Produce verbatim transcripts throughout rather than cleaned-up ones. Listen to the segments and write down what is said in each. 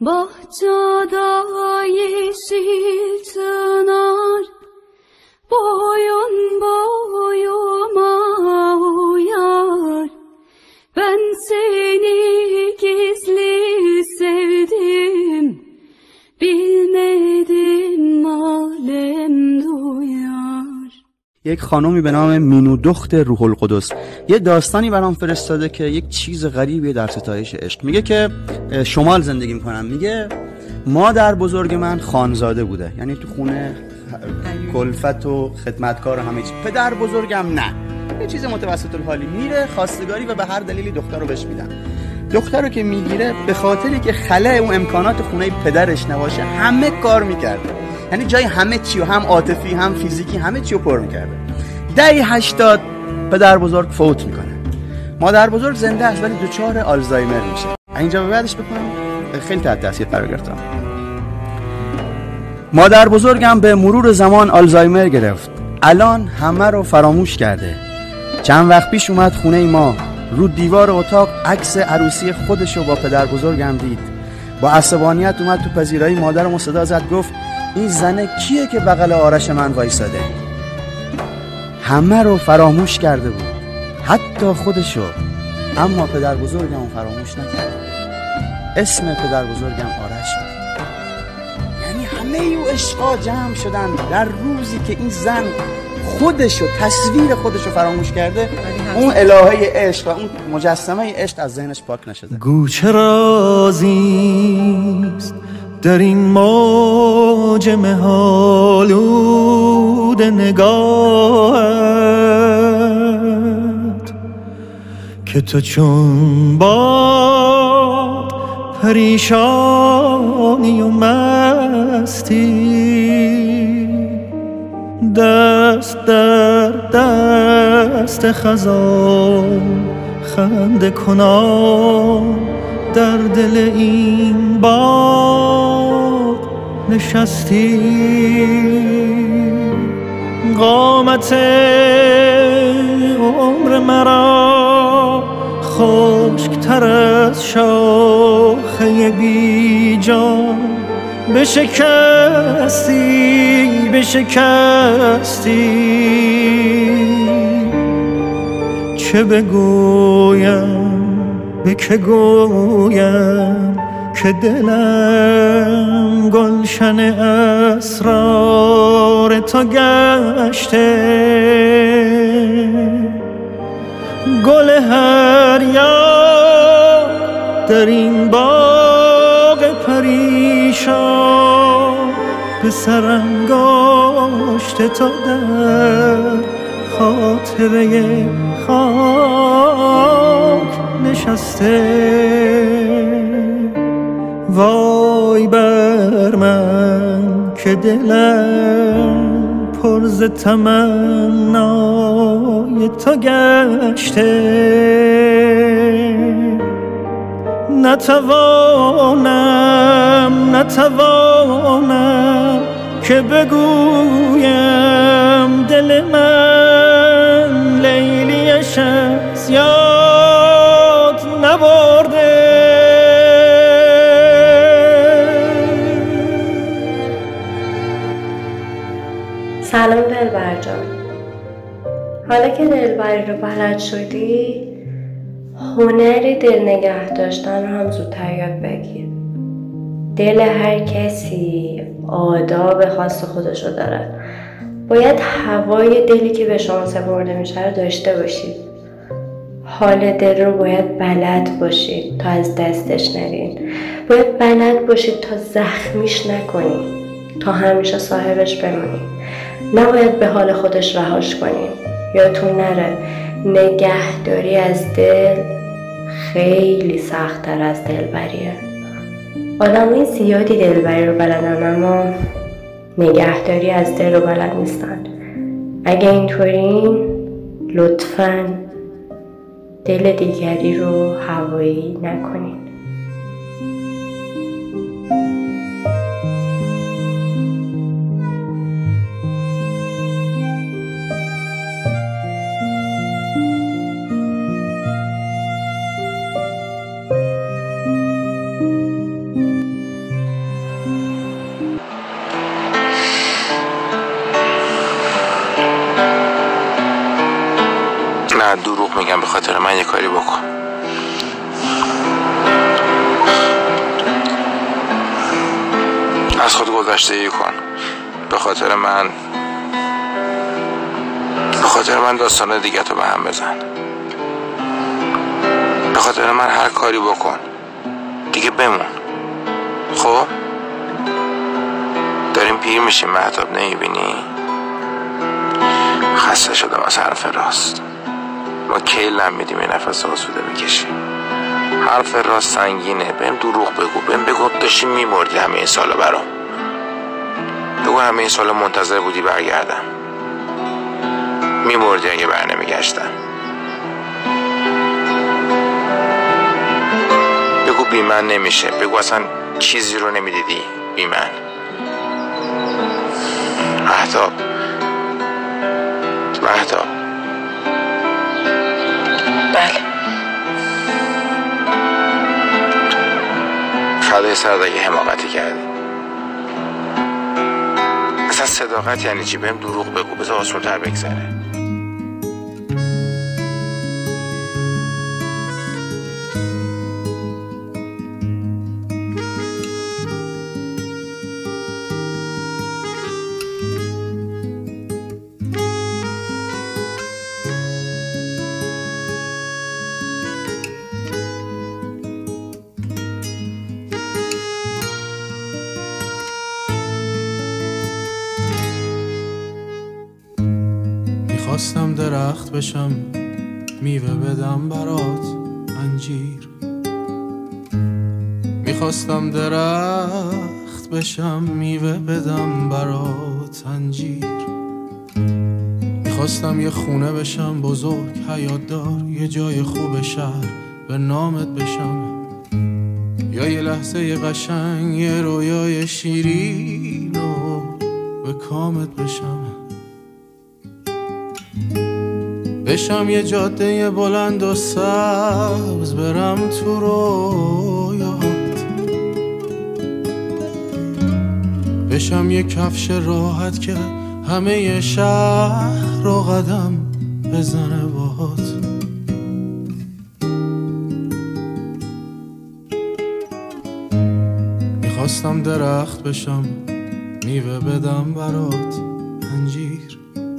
Bahçada yeşil çınar boyun boyuma uyar. Ben seni gizli sevdim, bilmedim alem duyar. یک خانومی به نام مینو دخت روح القدس یه داستانی برام فرستاده که یک چیز غریبی در ستایش عشق. میگه که شمال زندگی میکنم، میگه مادر بزرگ من خانزاده بوده، یعنی تو خونه کلفت و خدمتکار و همه چی. پدر بزرگم نه، یه چیز متوسط الحالی، میره خواستگاری و به هر دلیلی دختر رو بهش میدن. دختر رو که میگیره به خاطری که خلأ اون امکانات خونه پدرش نباشه همه کار میکرده، یعنی جای همه چی و هم عاطفی هم فیزیکی همه چی رو پر میکرده. دهه هشتاد پدر بزرگ فوت میکنه، مادر بزرگ زنده است ولی دچار آلزایمر میشه. اینجا به بعدش بکنم خیلی تحت تاثیر قرار گرفتم. مادر بزرگم به مرور زمان آلزایمر گرفت، الان همه رو فراموش کرده. چند وقت پیش اومد خونه ما، رو دیوار اتاق عکس عروسی خودش رو با پدر بزرگم دید. با عصبانیت اومد تو پذیرایی مادرمو صدا زد، گفت این زنه کیه که بغل آرش من وایساده؟ همه رو فراموش کرده بود، حتی خودشو. اما پدر بزرگم فراموش نکرد. اسم پدر بزرگم آرش بود. یعنی همه او عشقا جمع شدن در روزی که این زن خودشو، تصویر خودشو فراموش کرده. اون الهه عشق و اون مجسمه عشق از ذهنش پاک نشده. گوچه رازیست در این موج مه‌آلود نگاهت که تو چون باد پریشانی و مستی، دست در دست خزان خنده کنان در دل این باغ نشستی. قامت عمر مرا خشک‌تر از شاخه بی جان بشکستی بشکستی. چه بگویم به که گویم که دلم گلشن اسرار تو گشته. گل هر یاد در این باغ پریشان به سرانگشت تو در خاطره خاک نشسته. وای بر من که دلم پر ز تمنای تو گشته. نتوانم نتوانم که بگویم دل من لیلیش از یاد نبرده. سلام دلبر جان، حالا که دلبری رو بلد شدی، هنری دل نگه داشتن رو هم زودتر یاد بگیر. دل هر کسی آداب خاص خودشو داره. باید هوای دلی که به شما سپرده میشه رو داشته باشید. حال دل رو باید بلد باشید تا از دستش نرین. باید بلد باشید تا زخمیش نکنید، تا همیشه صاحبش بمونید. نباید به حال خودش رهاش کنید. یادتون نره نگهداری از دل خیلی سخت‌تر از دلبریه. آدمای زیادی دلبری رو بلدن اما نگهداری از دل رو بلد نیستن. اگه اینطورین لطفاً دل دیگری رو هوایی نکنین. به خاطر من یه کاری بکن. از خود گذشتگی کن. به خاطر من به خاطر من داستان دیگه تو به هم بزن. به خاطر من هر کاری بکن دیگه بمون. خب داریم پیر میشیم مهتاب، نمیبینی؟ خسته شدم از حرف راست. ما کیل نمیدیم یه نفس آسوده بکشیم. حرف راست سنگینه. بهم دروغ بگو. بهم بگو داشتی میمردی همه این سالا برام. بگو همه این سالا منتظر بودی برگردم. میمردی اگه بر نمیگشتم. بگو بی من نمیشه. بگو اصلا چیزی رو نمیدیدی بی من. مهتاب مهتاب بله. فدای سرت اگه حماقتی کردی. اصلا صداقت یعنی چی؟ بهم دروغ بگو بذار آسون‌تر بگذره. میخواستم درخت بشم میوه بدم برات انجیر. میخواستم درخت بشم میوه بدم برات انجیر. میخواستم یه خونه بشم بزرگ حیات دار، یه جای خوب شهر به نامت بشم، یا یه لحظه یه قشنگ یه رویای شیرین و به کامت بشم. بشم یه جاده بلند و سبز برم تو رویات. بشم یه کفش راحت که همه شهر رو قدم بزنه باهات. میخواستم درخت بشم میوه بدم برات انجیر.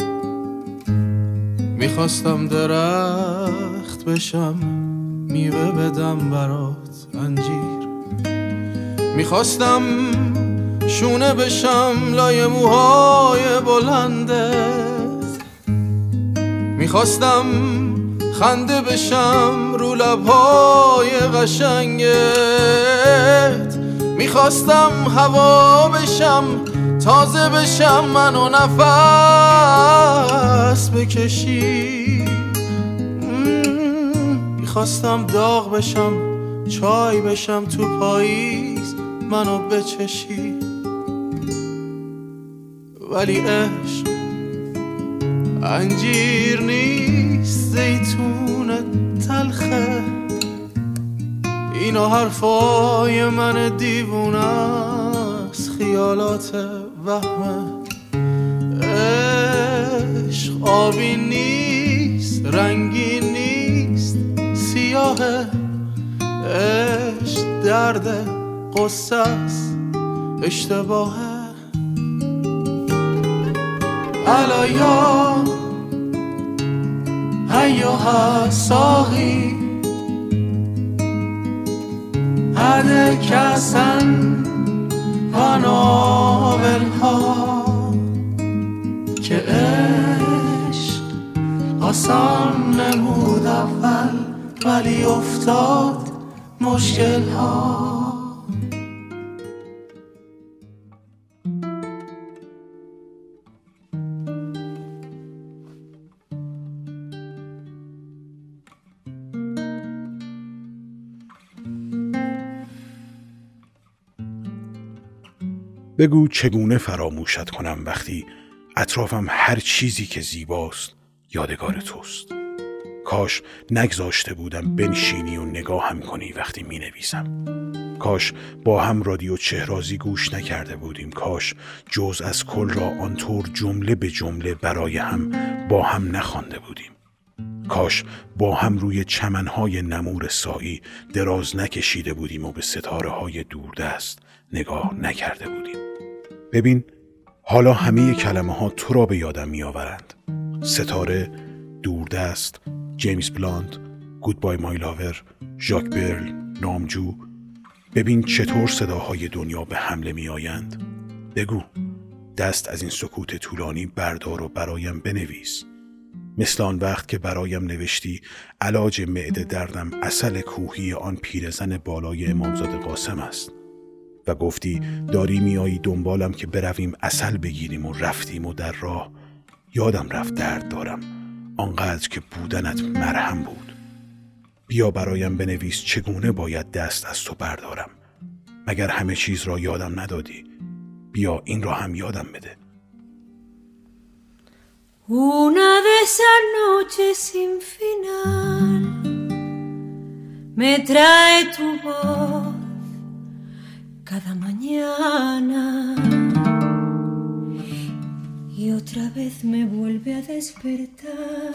میخواستم درخت بشم میوه بدم برات انجیر. میخواستم شونه بشم لای موهای بلندت. میخواستم خنده بشم رو لبهای قشنگت. میخواستم هوا بشم تازه بشم منو نفس بکشی. میخواستم داغ بشم چای بشم تو پاییز منو بچشی. ولی عشق انجیر نیست، زیتون تلخه. اینا حرفای من دیوونه است، خیالات وهمه. عشق آبی نیست، رنگی نیست، سیاهه. عشق درد قصه است، اشتباهه. علیا هیوها ساقی هده کسن و ناولها که عشق آسان نمود اول ولی افتاد مشکل ها. بگو چگونه فراموشت کنم وقتی اطرافم هر چیزی که زیباست یادگار توست. کاش نگذاشته بودم بنشینی و نگاهم کنی وقتی می نویسم. کاش با هم رادیو چهرازی گوش نکرده بودیم. کاش جز از کل را آنطور جمله به جمله برای هم با هم نخوانده بودیم. کاش با هم روی چمنهای نمور سایی دراز نکشیده بودیم و به ستاره های دوردست نگاه نکرده بودیم. ببین، حالا همه کلمه ها تو را به یادم می آورند. ستاره، دوردست، جیمز بلاند، گودبای مای لاور، ژاک برل، نامجو. ببین چطور صداهای دنیا به حمله می آیند. بگو، دست از این سکوت طولانی بردار و برایم بنویس. مثل آن وقت که برایم نوشتی علاج معده دردم عسل کوهی آن پیرزن بالای امامزاده قاسم است و گفتی داری میایی دنبالم که برویم عسل بگیریم و رفتیم و در راه یادم رفت درد دارم آنقدر که بودنت مرهم بود. بیا برایم بنویس چگونه باید دست از تو بردارم. مگر همه چیز را یادم ندادی؟ بیا این را هم یادم بده. Una de esas noches sin final me trae tu voz cada mañana y otra vez me vuelve a despertar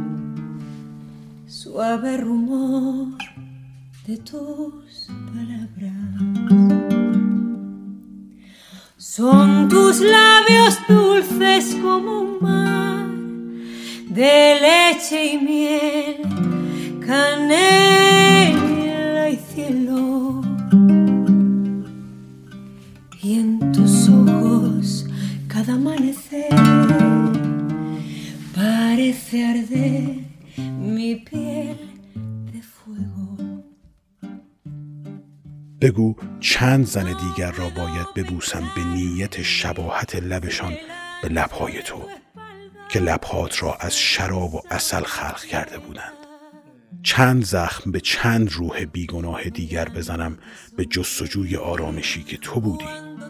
suave rumor de tus palabras. Son tus labios dulces como un mar de leche y miel, canela y cielo. Y en tus ojos cada amanecer parece arder mi piel de fuego. بگو چند زن دیگر را باید ببوسم به نیت شباهت لبشان به لبهای تو که لبهات را از شراب و عسل خلق کرده بودند. چند زخم به چند روح بیگناه دیگر بزنم به جستجوی آرامشی که تو بودی.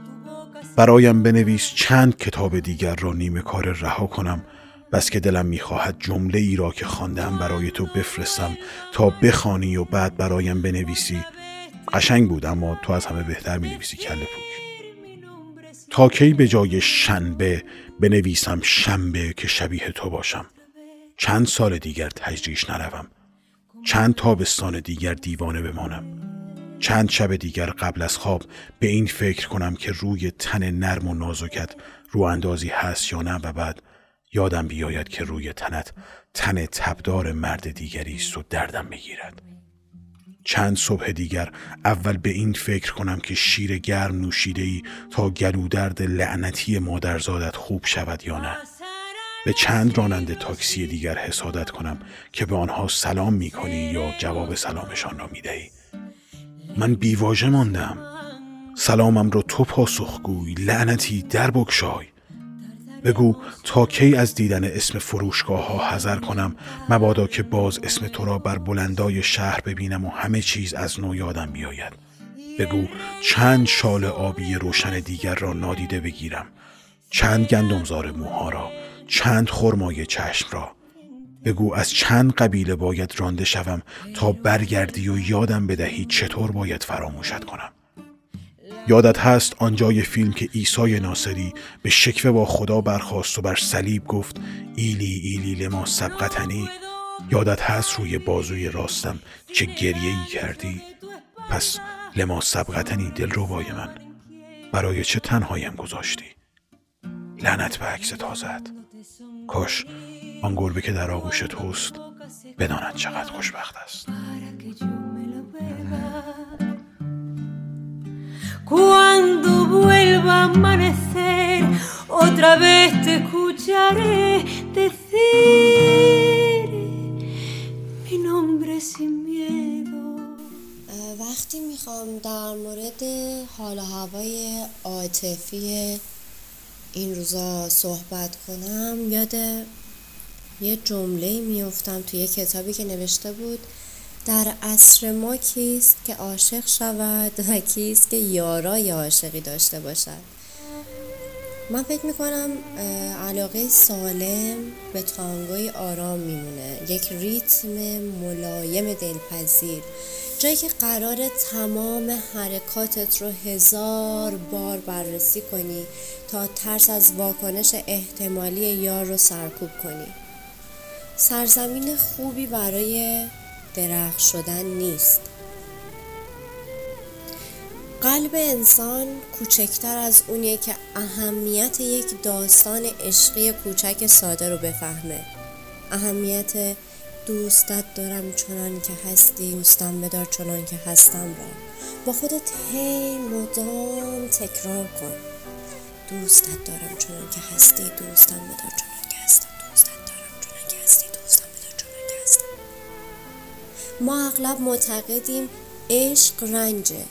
برایم بنویس چند کتاب دیگر را نیمه کار رها کنم، بس که دلم میخواهد جمله ای را که خواندم برای تو بفرستم تا بخوانی و بعد برایم بنویسی قشنگ بود اما تو از همه بهتر می‌نویسی کله پوک. تا کی به جای شنبه بنویسم شنبه که شبیه تو باشم؟ چند سال دیگر تجریش نروم؟ چند تابستان دیگر دیوانه بمانم؟ چند شب دیگر قبل از خواب به این فکر کنم که روی تن نرم و نازکت رو اندازی هست یا نه و بعد یادم بیاید که روی تنت تن تبدار مرد دیگری است و دردم بگیرد؟ چند صبح دیگر اول به این فکر کنم که شیر گرم نوشیده‌ای تا گلودرد لعنتی مادرزادت خوب شود یا نه؟ به چند راننده تاکسی دیگر حسادت کنم که به آنها سلام می کنی یا جواب سلامشان را می دهی؟ من بیواژه ماندم. سلامم را تو پاسخگوی، لعنتی در بگشای. بگو تا کی از دیدن اسم فروشگاه ها حذر کنم مبادا که باز اسم تو را بر بلندای شهر ببینم و همه چیز از نو یادم بیاید. بگو چند شال آبی روشن دیگر را نادیده بگیرم، چند گندمزار موها را، چند خرمای چشم را. بگو از چند قبیله باید رانده شوم تا برگردی و یادم بدهی چطور باید فراموشت کنم. یادت هست آنجای فیلم که عیسی ناصری به شکوه با خدا برخاست و بر صلیب گفت ایلی ایلی لما سبقتنی؟ یادت هست روی بازوی راستم چه گریه‌ای کردی؟ پس لما سبقتنی دلربای من، برای چه تنهایم گذاشتی؟ لعنت به عکس تازه‌ات. کاش آن گربه که در آغوش توست بداند چقدر خوشبخت است. Cuando vuelva a amanecer, otra vez te escucharé decir mi nombre sin miedo. وقتی میخوام در مورد حال و هوای عاطفی این روزا صحبت کنم یاد یه جمله میافتم توی یه کتابی که نوشته بود در عصر ما کیست که عاشق شود و کیست که یارای عاشقی داشته باشد. من فکر میکنم علاقه سالم به تانگوی آرام میمونه، یک ریتم ملایم دلپذیر، جایی که قرار تمام حرکاتت رو هزار بار بررسی کنی تا ترس از واکنش احتمالی یار رو سرکوب کنی. سرزمین خوبی برای درخت شدن نیست. قلب انسان کوچکتر از اونیه که اهمیت یک داستان عشقی کوچک ساده رو بفهمه. اهمیت دوستت دارم چنان که هستی، دوستم بدار چنان که هستم را با خودت هی مدام تکرار کن. دوستت دارم چنان که هستی، دوستم بدار چنان که هستم، دوستت دارم چنان که هستی، دوستم بدار چنان که هستم. ما اغلب معتقدیم عشق رنجه.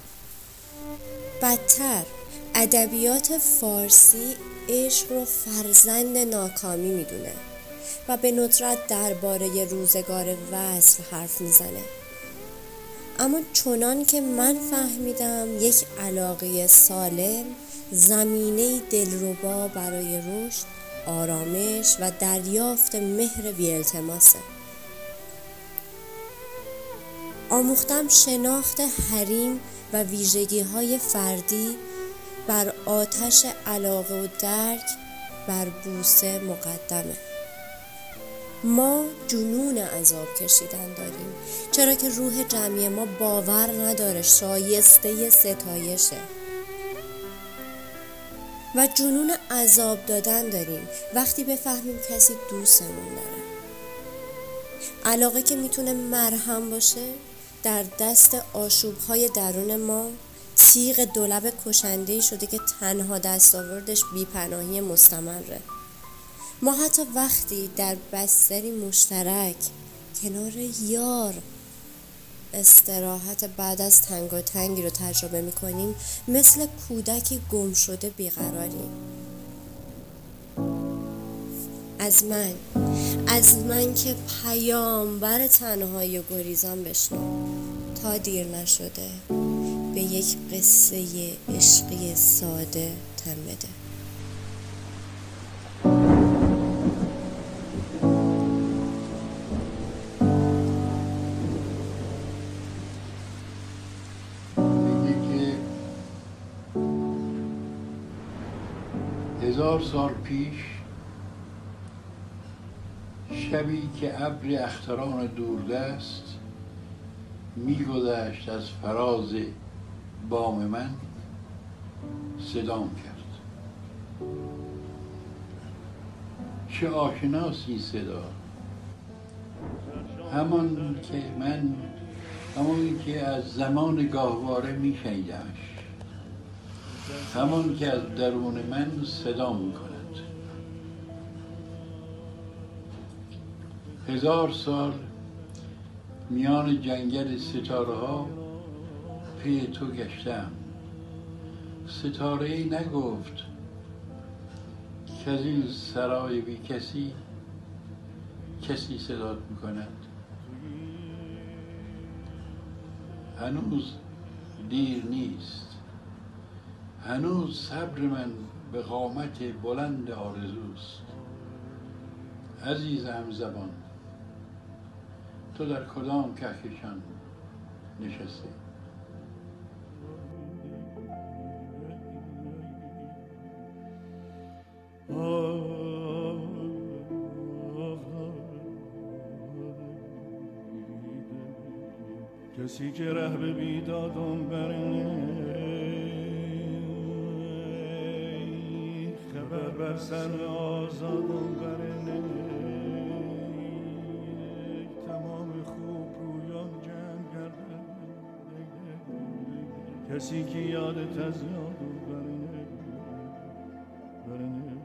بدتر ادبیات فارسی عشق رو فرزند ناکامی میدونه و به ندرت درباره روزگار وصل حرف میزنه. اما چنان که من فهمیدم یک علاقه سالم زمینه دلربا برای رشد، آرامش و دریافت مهر بی‌التماسه. آموختم شناخت حریم و ویژگی‌های فردی بر آتش علاقه و درک بر بوسه مقدمه. ما جنون عذاب کشیدن داریم، چرا که روح جمعی ما باور نداره شایسته ستایشه. و جنون عذاب دادن داریم وقتی بفهمیم کسی دوستمون داره. علاقه که میتونه مرهم باشه در دست آشوب‌های درون ما تیغ دولب کشنده‌ای شده که تنها دستاوردش بی‌پناهی مستمره. ما حتی وقتی در بستری مشترک کنار یار استراحت بعد از تنگ و تنگی رو تجربه می‌کنیم، مثل کودکی گم شده بیقراریم. از من از من که پیامبر تنهایی و گریزان بشنو تا دیر نشده به یک قصه عشقی ساده تن بده. هزار سال پیش شبی که ابر اختران دوردست می‌گذشت از فراز بام من صدام کرد. چه آشناسی صدا، همان که من همان که از زمان گاهواره می‌شنیدمش، همان که از درون من صدا می‌کند. هزار سال میان جنگل ستاره ها پی تو گشتم. ستاره ای نگفت که از این سرای بی کسی کسی صدات میکند. هنوز دیر نیست، هنوز صبر من به قامت بلند آرزوست. عزیز همزبان، تو در کدام کهکشان نشستی؟ کسی که ره به بیدادم برنه خبر بر سر آزادم برنه تمام خوب رویان جمع کرده کسی که یادت از یادم برنه برنه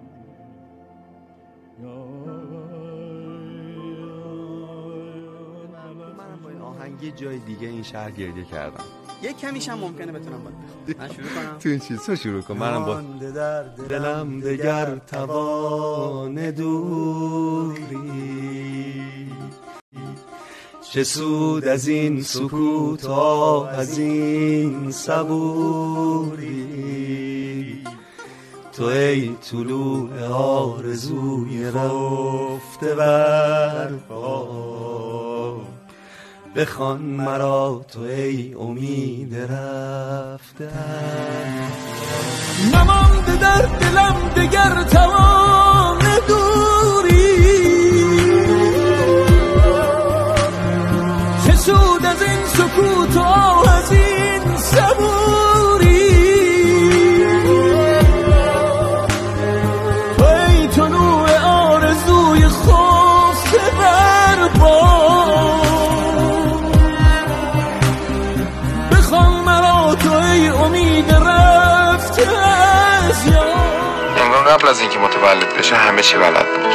منم با این آهنگ یه جای دیگه این شهر گریه کردم. یه کمیش هم ممکنه بتونم باید بخونم. من شروع کنم؟ تو این چیز تو شروع کن. منم با دلم دگر توان دوری، چه سود از این سکوت ها از این صبوری. تو ای طلوع آرزوی رفته بر پا، بخوان مرا تو ای امید رفتن. نمانده در دلم دگر توان دوری، قبل از اینکه متولد بشه همه چی بلد بود.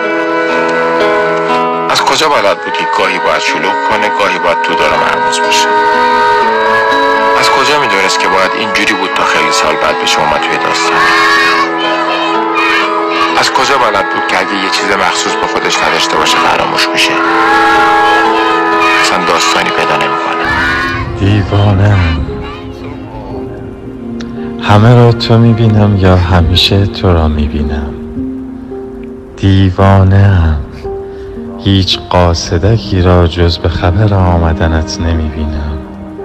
از کجا بلد بود که گاهی باید شلوغ کنه، گاهی باید تو داره مرموز باشه؟ از کجا میدونست که باید اینجوری بود تا خیلی سال بعد بشه اومد توی داستان؟ از کجا بلد بود که اگه یه چیز مخصوص با خودش نداشته باشه فراموش میشه؟ اصلا داستانی پیدا نمیکنه. دیوانه‌ام، همه را تو میبینم یا همیشه تو را میبینم. دیوانه‌ام، هیچ قاصدکی را جز به خبر آمدنت نمیبینم.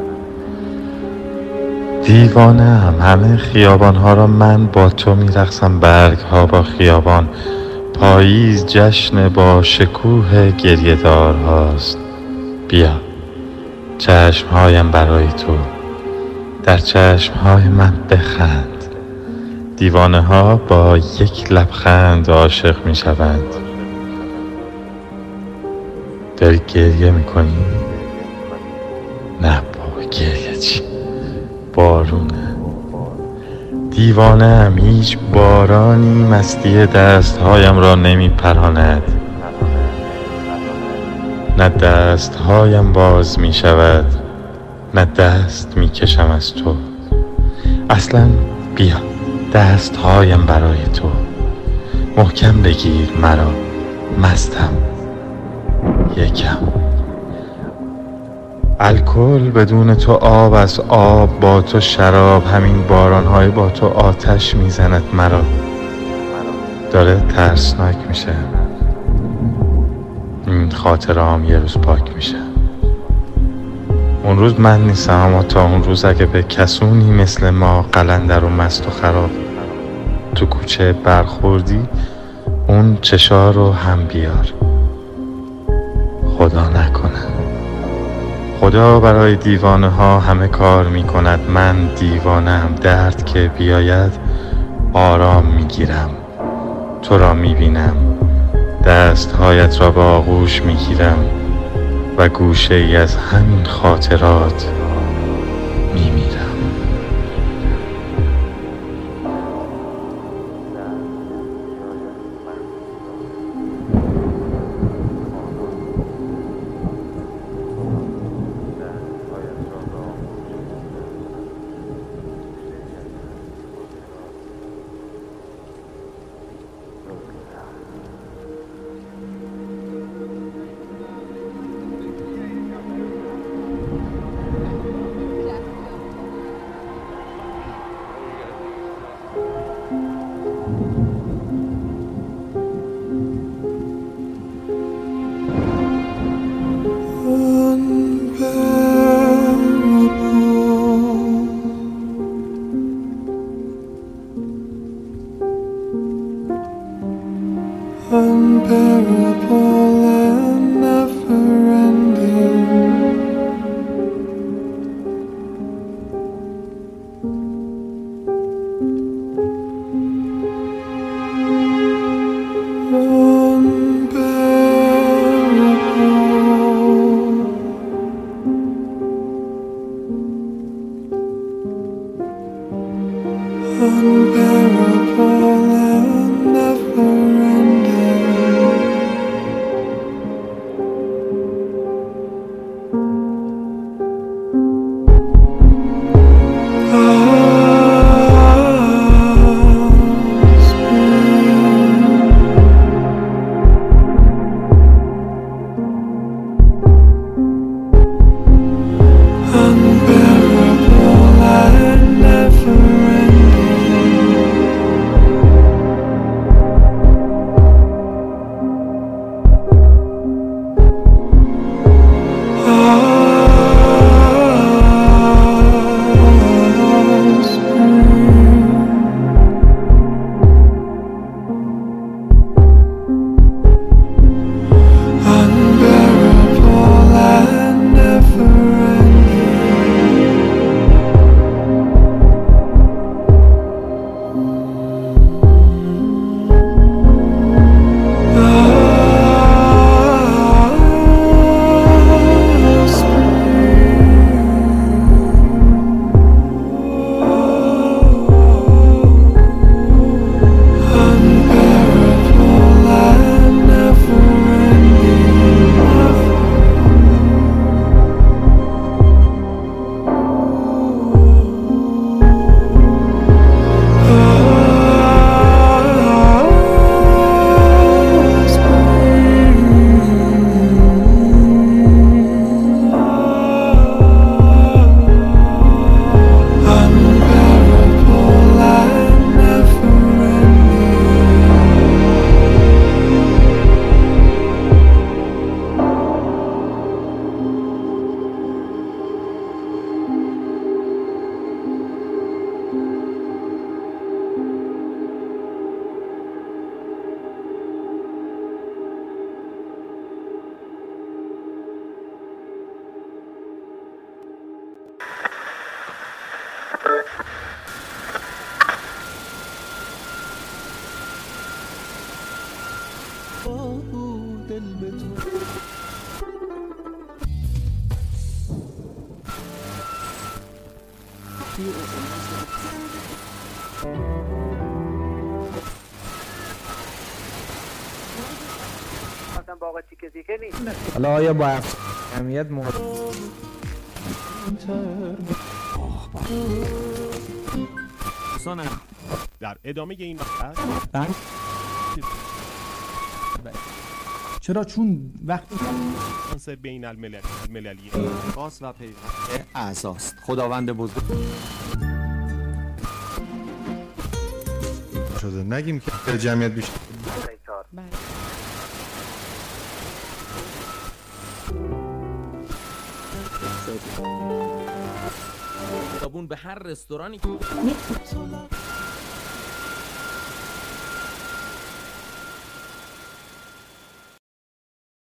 دیوانه‌ام، همه خیابانها را من با تو میرقصم، برگها با خیابان، پاییز جشن با شکوه گریه‌دار هاست. بیا چشمهایم برای تو، در چشمهای من بخند. دیوانه ها با یک لبخند عاشق می شوند. داری گریه می کنی؟ نه بابا، گریه چی؟ بارونه. دیوانه هم هیچ بارانی مستی دستهایم را نمی پراند. نه دستهایم باز می شود، نه دست می کشم از تو. اصلا بیا دستهایم برای تو، محکم بگیر مرا، مستم یکم. الکل بدون تو آب از آب، با تو شراب، همین بارانهای با تو آتش میزند مرا. داره ترسناک میشه، این خاطرهام یه روز پاک میشه. اون روز من نیستم، اما تا اون روز اگه به کسونی مثل ما قلندر و مست و خراب تو کوچه برخوردی، اون چشا رو هم بیار. خدا نکنه. خدا برای دیوانه ها همه کار میکند. من دیوانه‌ام، درد که بیاید آرام میگیرم. تو را میبینم، دستهایت را به آغوش میگیرم و گوشه ای از همین خاطرات میمیرم. Unbearable and never-ending. Unbearable, unbearable and never-ending. تیکه تیکه نیست. حالا آیا با اهمیت مورد در ادامه این مقطع چرا؟ چون وقتی کنسر بین الملل المللی خاص و پیوند اعزاست. خداوند بزرگ شده نگیم که جمعیت بیشتر. خیابون به هر رستورانی